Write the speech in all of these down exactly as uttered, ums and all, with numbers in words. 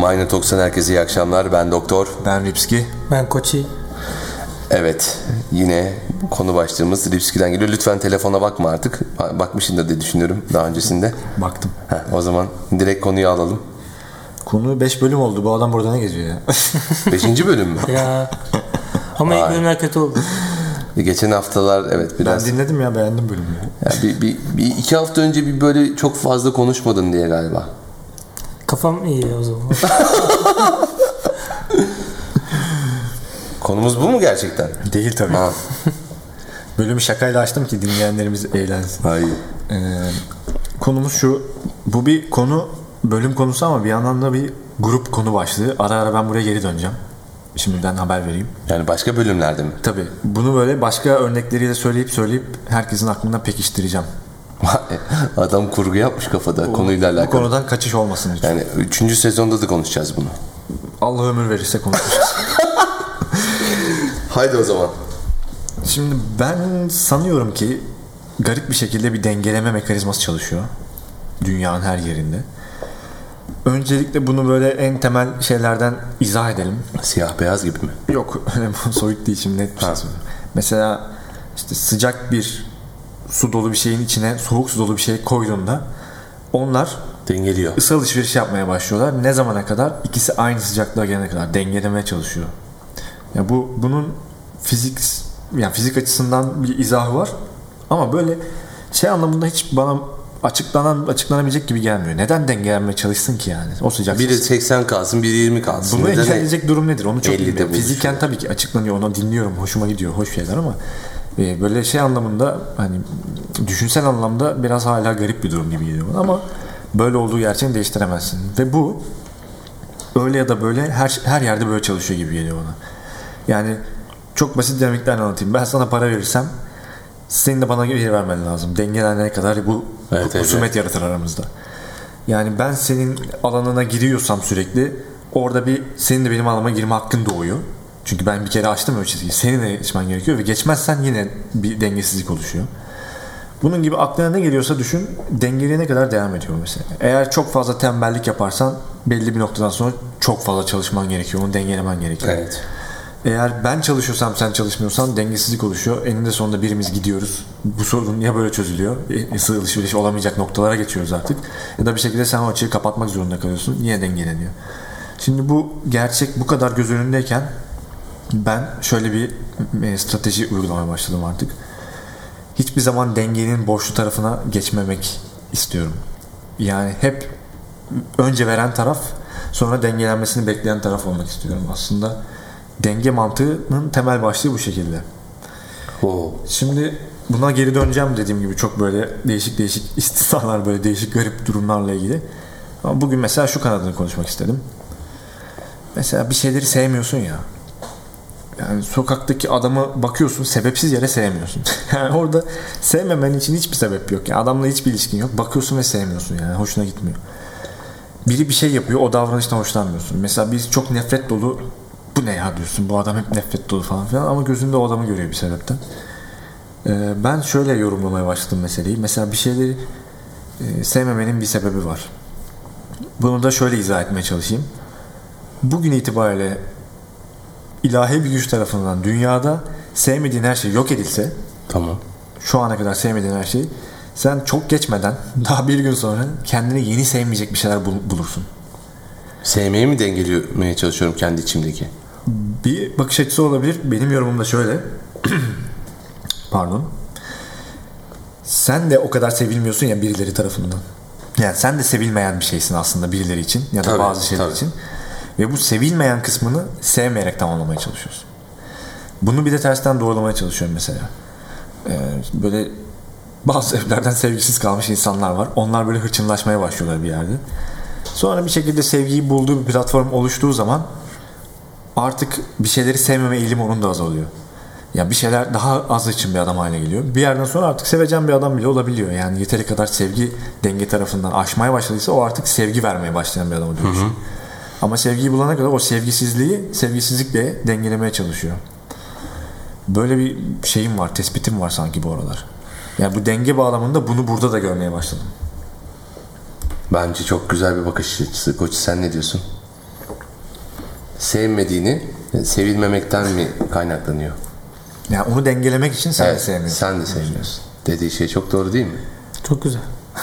Aynı Toksan herkese iyi akşamlar. Ben Doktor. Ben Ripski. Ben Koçi. Evet, yine konu başlığımız Ripski'den geliyor. Lütfen telefona bakma artık. Bakmışsındır diye düşünüyorum daha öncesinde. Baktım. Heh, o zaman direkt konuyu alalım. Konu beş bölüm oldu. Bu adam burada ne geziyor ya? beşinci bölüm mü? Ya. Ama ilk bölümler kötü oldu. Geçen haftalar evet biraz. Ben dinledim ya, beğendim bölümü. Ya bir, bir, bir iki hafta önce bir böyle çok fazla konuşmadın diye galiba. Kafam iyi o zaman. Konumuz bu mu gerçekten? Değil tabii. Bölümü şakayla açtım ki dinleyenlerimiz eğlensin. Hayır. Ee, konumuz şu. Bu bir konu, bölüm konusu ama bir yandan da bir grup konu başlığı. Ara ara ben buraya geri döneceğim. Şimdiden haber vereyim. Yani başka bölümlerde mi? Tabii. Bunu böyle başka örnekleriyle söyleyip söyleyip herkesin aklında pekiştireceğim. Adam kurgu yapmış kafada o, konuyla alakalı. Bu konudan kaçış olmasın lütfen. Yani üçüncü sezonda da konuşacağız bunu. Allah ömür verirse konuşacağız. Haydi o zaman. Şimdi ben sanıyorum ki garip bir şekilde bir dengeleme mekanizması çalışıyor dünyanın her yerinde. Öncelikle bunu böyle en temel şeylerden izah edelim. Siyah beyaz gibi mi? Yok, soyut değil, şimdi net bir şey söyleyeyim. Mesela işte sıcak bir su dolu bir şeyin içine soğuk su dolu bir şey koyduğunda onlar dengeliyor. Isı alışverişi yapmaya başlıyorlar. Ne zamana kadar? İkisi aynı sıcaklığa gelene kadar dengelemeye çalışıyor. Ya bu bunun fizik yani fizik açısından bir izahı var. Ama böyle şey anlamında hiç bana açıklanan açıklanabilecek gibi gelmiyor. Neden dengelenmeye çalışsın ki yani? O sıcak. Biri seksen kalsın, biri yirmi kalsın. Bunu engelleyecek durum nedir? Onu çok bilmiyorum. Fiziken şey. Tabii ki açıklanıyor. Onu dinliyorum. Hoşuma gidiyor. Hoş şeyler ama böyle şey anlamında, hani düşünsel anlamda biraz hala garip bir durum gibi geliyor bana ama böyle olduğu gerçeğini değiştiremezsin. Ve bu öyle ya da böyle her her yerde böyle çalışıyor gibi geliyor bana. Yani çok basit dinamiklerle anlatayım. Ben sana para verirsem senin de bana geri vermen lazım. Dengelenene kadar bu evet, husumet evet. yaratır aramızda. Yani ben senin alanına giriyorsam sürekli orada bir senin de benim alanıma girme hakkın doğuyor. Çünkü ben bir kere açtım o çizgiyi. Senin de geçmen gerekiyor ve geçmezsen yine bir dengesizlik oluşuyor. Bunun gibi aklına ne geliyorsa düşün, dengeleyene kadar devam ediyor mesela. Eğer çok fazla tembellik yaparsan belli bir noktadan sonra çok fazla çalışman gerekiyor. Onu dengelemen gerekiyor. Evet. Eğer ben çalışıyorsam sen çalışmıyorsan dengesizlik oluşuyor. Eninde sonunda birimiz gidiyoruz. Bu sorun ya böyle çözülüyor. Isı alışveriş olamayacak noktalara geçiyoruz artık. Ya da bir şekilde sen o açığı kapatmak zorunda kalıyorsun. Yine dengeleniyor. Şimdi bu gerçek bu kadar göz önündeyken ben şöyle bir strateji uygulamaya başladım artık. Hiçbir zaman dengenin boşlu tarafına geçmemek istiyorum. Yani hep önce veren taraf, sonra dengelenmesini bekleyen taraf olmak istiyorum. Aslında denge mantığının temel başlığı bu şekilde. Oh. Şimdi buna geri döneceğim dediğim gibi, çok böyle değişik değişik istisnalar, böyle değişik garip durumlarla ilgili. Ama bugün mesela şu kanadını konuşmak istedim. Mesela bir şeyleri sevmiyorsun ya. Yani sokaktaki adamı bakıyorsun, sebepsiz yere sevmiyorsun. Yani orada sevmemen için hiçbir sebep yok. Yani adamla hiçbir ilişkin yok. Bakıyorsun ve sevmiyorsun yani. Hoşuna gitmiyor. Biri bir şey yapıyor, o davranıştan hoşlanmıyorsun. Mesela biz çok nefret dolu, bu ne ya diyorsun, bu adam hep nefret dolu falan filan, ama gözünde o adamı görüyor bir sebepten. Ee, ben şöyle yorumlamaya başladım meseleyi. Mesela bir şeyleri e, sevmemenin bir sebebi var. Bunu da şöyle izah etmeye çalışayım. Bugün itibariyle ilahi bir güç tarafından dünyada sevmediğin her şey yok edilse, tamam. Şu ana kadar sevmediğin her şey, sen çok geçmeden daha bir gün sonra kendine yeni sevmeyecek bir şeyler bul- bulursun. Sevmeyi mi dengelemeye çalışıyorum kendi içimdeki? Bir bakış açısı olabilir. Benim yorumum da şöyle. Pardon. Sen de o kadar sevilmiyorsun ya birileri tarafından. Yani sen de sevilmeyen bir şeysin aslında birileri için ya da tabii, bazı şeyler tabii. için. Ve bu sevilmeyen kısmını sevmeyerek tamamlamaya çalışıyorsun. Bunu bir de tersten doğrulamaya çalışıyorum mesela. Ee, böyle bazı evlerden sevgisiz kalmış insanlar var. Onlar böyle hırçınlaşmaya başlıyorlar bir yerde. Sonra bir şekilde sevgiyi bulduğu bir platform oluştuğu zaman artık bir şeyleri sevmeme eğilimi onun da azalıyor. Yani bir şeyler daha az için bir adam haline geliyor. Bir yerden sonra artık sevecen bir adam bile olabiliyor. Yani yeteri kadar sevgi denge tarafından aşmaya başladıysa o artık sevgi vermeye başlayan bir adam oluyor. Hı hı. Ama sevgiyi bulana kadar o sevgisizliği sevgisizlikle dengelemeye çalışıyor. Böyle bir şeyim var, tespitim var sanki bu aralar. Yani bu denge bağlamında bunu burada da görmeye başladım. Bence çok güzel bir bakış açısı. Koç, sen ne diyorsun? sevmediğini sevilmemekten mi kaynaklanıyor? Yani onu dengelemek için sen Evet, de sevmiyorsun. sen de sevmiyorsun. Dediği şey çok doğru değil mi? Çok güzel.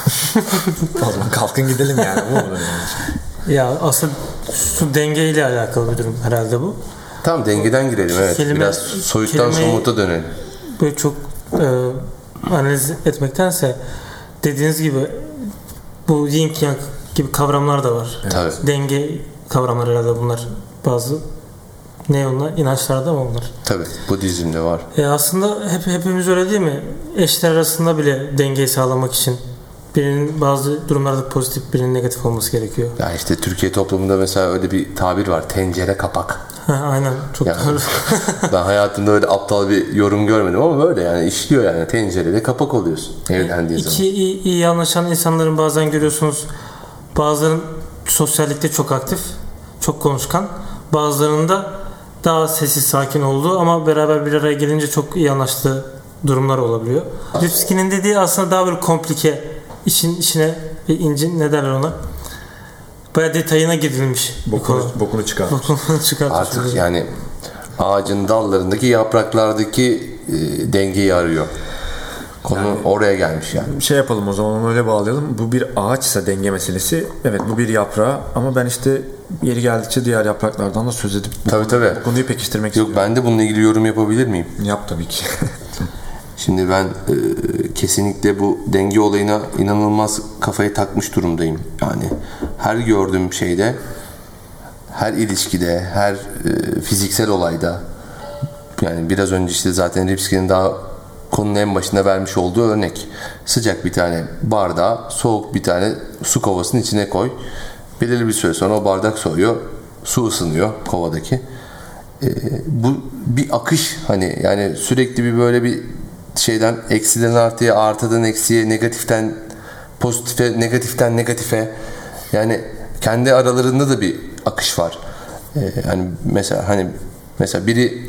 O zaman kalkın gidelim yani. Bu olur yani. Ya aslında şu dengeyle alakalı bir durum herhalde bu. Tam dengeden girelim, evet. Kelime- Biraz soyuttan kelimeyi- somuta dönelim. Böyle çok e, analiz etmektense dediğiniz gibi bu yin yang gibi kavramlar da var. Tabii. Denge kavramları herhalde bunlar, bazı ne onlar? İnançlarda mı onlar? Tabii. Budizm'de var. E aslında hep hepimiz öyle değil mi? Eşler arasında bile dengeyi sağlamak için birinin bazı durumlarda pozitif, birinin negatif olması gerekiyor. Ya işte Türkiye toplumunda mesela öyle bir tabir var. Tencere kapak. Ha, aynen, çok Yani, doğru. ben hayatımda öyle aptal bir yorum görmedim ama böyle yani işliyor yani. Tencerede kapak oluyorsun evlendiğin zaman. İki iyi, iyi anlaşan insanların bazen görüyorsunuz, bazılarının sosyallikte çok aktif, çok konuşkan, bazılarında daha sessiz, sakin olduğu ama beraber bir araya gelince çok iyi anlaştığı durumlar olabiliyor. Lipski'nin dediği aslında daha böyle komplike, işin içine bir incin, ne derler ona? Bayağı detayına girilmiş bir Bokunu, konu. bokunu çıkar. Bokunu çıkartmış. Artık yani ağacın dallarındaki yapraklardaki e, dengeyi arıyor. Konu Yani- oraya gelmiş yani. Şey yapalım o zaman, onu öyle bağlayalım. Bu bir ağaçsa denge meselesi. Evet, bu bir yaprağı ama ben işte yeri geldikçe diğer yapraklardan da söz edip bu, Tabii tabii. bu konuyu pekiştirmek Yok, istiyorum. ben de bununla ilgili yorum yapabilir miyim? Yap tabii ki. Şimdi ben e, kesinlikle bu denge olayına inanılmaz kafayı takmış durumdayım. Yani her gördüğüm şeyde, her ilişkide, her e, fiziksel olayda, yani biraz önce işte zaten Lipski'nin daha konunun en başında vermiş olduğu örnek. Sıcak bir tane bardağı soğuk bir tane su kovasının içine koy. Belirli bir süre sonra o bardak soğuyor. Su ısınıyor kovadaki. E, bu bir akış, hani yani sürekli bir böyle bir şeyden eksiden artıya, artıdan eksiye, negatiften pozitife, negatiften negatife, yani kendi aralarında da bir akış var. Ee, hani mesela hani mesela biri,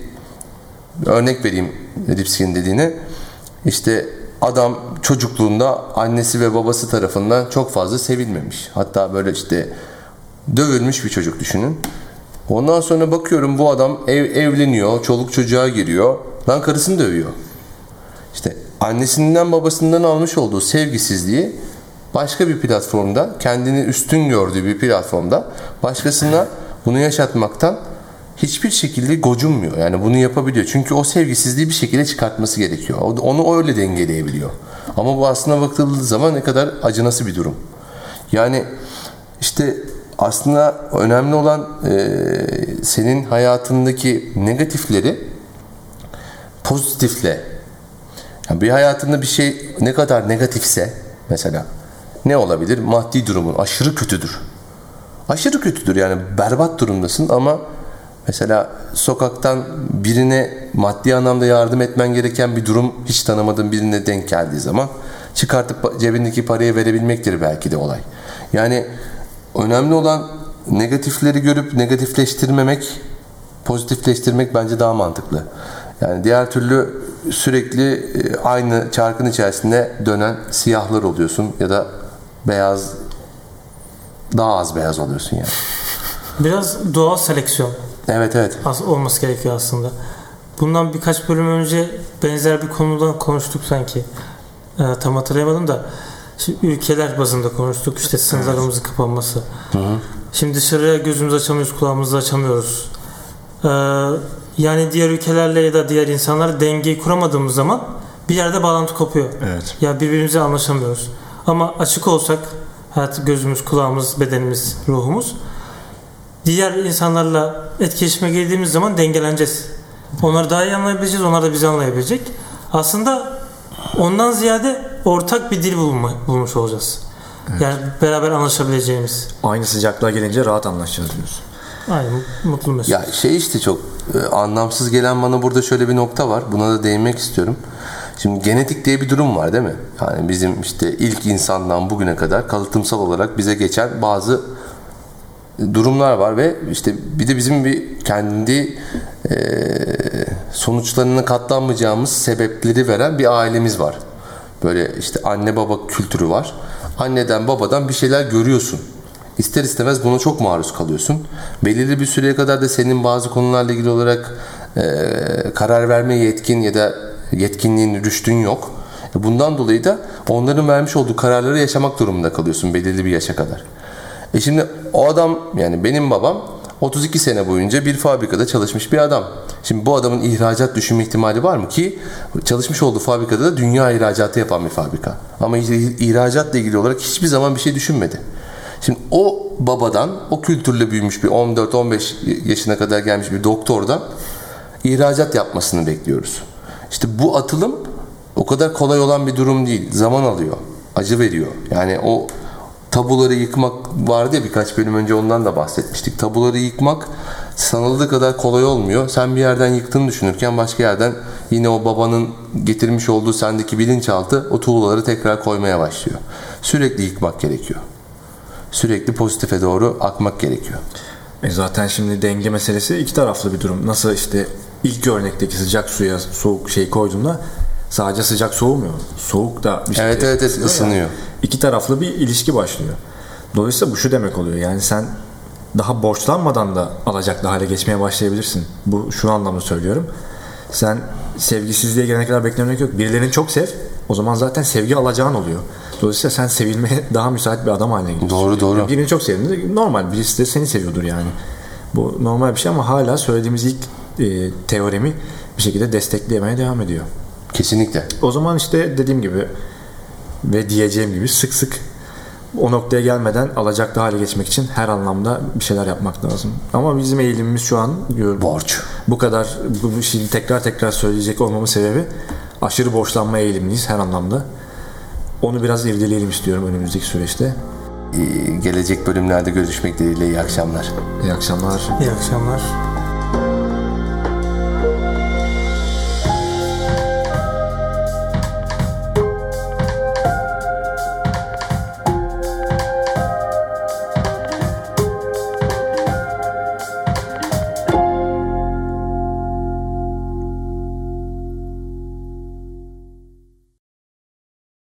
örnek vereyim Lipski'nin dediğine, işte adam çocukluğunda annesi ve babası tarafından çok fazla sevilmemiş. Hatta böyle işte dövülmüş bir çocuk düşünün. Ondan sonra bakıyorum bu adam ev, evleniyor, çoluk çocuğa giriyor. Lan karısını dövüyor. İşte annesinden babasından almış olduğu sevgisizliği başka bir platformda, kendini üstün gördüğü bir platformda başkasına bunu yaşatmaktan hiçbir şekilde gocunmuyor. Yani bunu yapabiliyor. Çünkü o sevgisizliği bir şekilde çıkartması gerekiyor. Onu öyle dengeleyebiliyor. Ama bu aslında bakıldığı zaman ne kadar acınası bir durum. Yani işte aslında önemli olan e, senin hayatındaki negatifleri pozitifle, yani bir hayatında bir şey ne kadar negatifse, mesela ne olabilir? Maddi durumun aşırı kötüdür. Aşırı kötüdür, yani berbat durumdasın ama mesela sokaktan birine maddi anlamda yardım etmen gereken bir durum, hiç tanımadığın birine denk geldiği zaman çıkartıp cebindeki parayı verebilmektir belki de olay. Yani önemli olan negatifleri görüp negatifleştirmemek, pozitifleştirmek bence daha mantıklı. Yani diğer türlü sürekli aynı çarkın içerisinde dönen siyahlar oluyorsun ya da beyaz, daha az beyaz oluyorsun yani. Biraz doğal seleksiyon Evet evet. olması gerekiyor aslında. Bundan birkaç bölüm önce benzer bir konudan konuştuk sanki. Ee, tam hatırlayamadım da. Şimdi ülkeler bazında konuştuk. İşte sınırlarımızın kapanması. Hı hı. Şimdi dışarıya gözümüzü açamıyoruz, kulağımızı açamıyoruz. Ee, yani diğer ülkelerle ya da diğer insanlar dengeyi kuramadığımız zaman bir yerde bağlantı kopuyor. Evet. Ya birbirimize anlaşamıyoruz. Ama açık olsak, hayat, gözümüz, kulağımız, bedenimiz, ruhumuz, diğer insanlarla etkileşime girdiğimiz zaman dengeleneceğiz. Onları daha iyi anlayabileceğiz, onlar da bizi anlayabilecek. Aslında ondan ziyade ortak bir dil bulma, bulmuş olacağız. Evet. Yani beraber anlaşabileceğimiz. Aynı sıcaklığa gelince rahat anlaşacağız diyorsun. Aynen, mutlu mesut. Ya şey işte çok e, anlamsız gelen bana burada şöyle bir nokta var. Buna da değinmek istiyorum. Şimdi genetik diye bir durum var değil mi? Yani bizim işte ilk insandan bugüne kadar kalıtımsal olarak bize geçen bazı durumlar var ve işte bir de bizim bir kendi e, sonuçlarına katlanmayacağımız sebepleri veren bir ailemiz var. Böyle işte anne baba kültürü var. Anneden babadan bir şeyler görüyorsun. İster istemez buna çok maruz kalıyorsun. Belirli bir süreye kadar da senin bazı konularla ilgili olarak e, karar verme yetkin ya da yetkinliğin, rüştün yok. Bundan dolayı da onların vermiş olduğu kararları yaşamak durumunda kalıyorsun belirli bir yaşa kadar. E şimdi o adam, yani benim babam otuz iki sene boyunca bir fabrikada çalışmış bir adam. Şimdi bu adamın ihracat düşünme ihtimali var mı ki çalışmış olduğu fabrikada da dünya ihracatı yapan bir fabrika. Ama ihracatla ilgili olarak hiçbir zaman bir şey düşünmedi. Şimdi o babadan, o kültürle büyümüş bir on dört on beş yaşına kadar gelmiş bir doktordan ihracat yapmasını bekliyoruz. İşte bu atılım o kadar kolay olan bir durum değil. Zaman alıyor. Acı veriyor. Yani o tabuları yıkmak vardı ya, birkaç bölüm önce ondan da bahsetmiştik. Tabuları yıkmak sanıldığı kadar kolay olmuyor. Sen bir yerden yıktığını düşünürken başka yerden yine o babanın getirmiş olduğu sendeki bilinçaltı o tuğlaları tekrar koymaya başlıyor. Sürekli yıkmak gerekiyor. Sürekli pozitife doğru akmak gerekiyor. E zaten şimdi denge meselesi iki taraflı bir durum. Nasıl işte ilk örnekteki sıcak suya soğuk şey koyduğunda sadece sıcak soğumuyor. Soğuk da bir evet evet, evet ısınıyor. Yani. İki taraflı bir ilişki başlıyor. Dolayısıyla bu şu demek oluyor. Yani sen daha borçlanmadan da alacaklı hale geçmeye başlayabilirsin. Bu şu anlamda söylüyorum. Sen sevgisizliğe gelene kadar beklemek yok. Birilerini çok sev. O zaman zaten sevgi alacağın oluyor. Dolayısıyla sen sevilmeye daha müsait bir adam haline geliyorsun. Doğru doğru. Yani birini çok sevdiğinde normal, birisi de seni seviyordur yani. Bu normal bir şey ama hala söylediğimiz ilk e, teoremi bir şekilde destekleyemeye devam ediyor. Kesinlikle. O zaman işte dediğim gibi ve diyeceğim gibi sık sık o noktaya gelmeden alacaklı hale geçmek için her anlamda bir şeyler yapmak lazım. Ama bizim eğilimimiz şu an borç. Bu kadar, bu şimdi tekrar tekrar söyleyecek olmamın sebebi aşırı borçlanma eğilimliyiz her anlamda. Onu biraz irdeleyelim istiyorum önümüzdeki süreçte. Ee, gelecek bölümlerde görüşmek dileğiyle iyi akşamlar. İyi akşamlar. İyi akşamlar.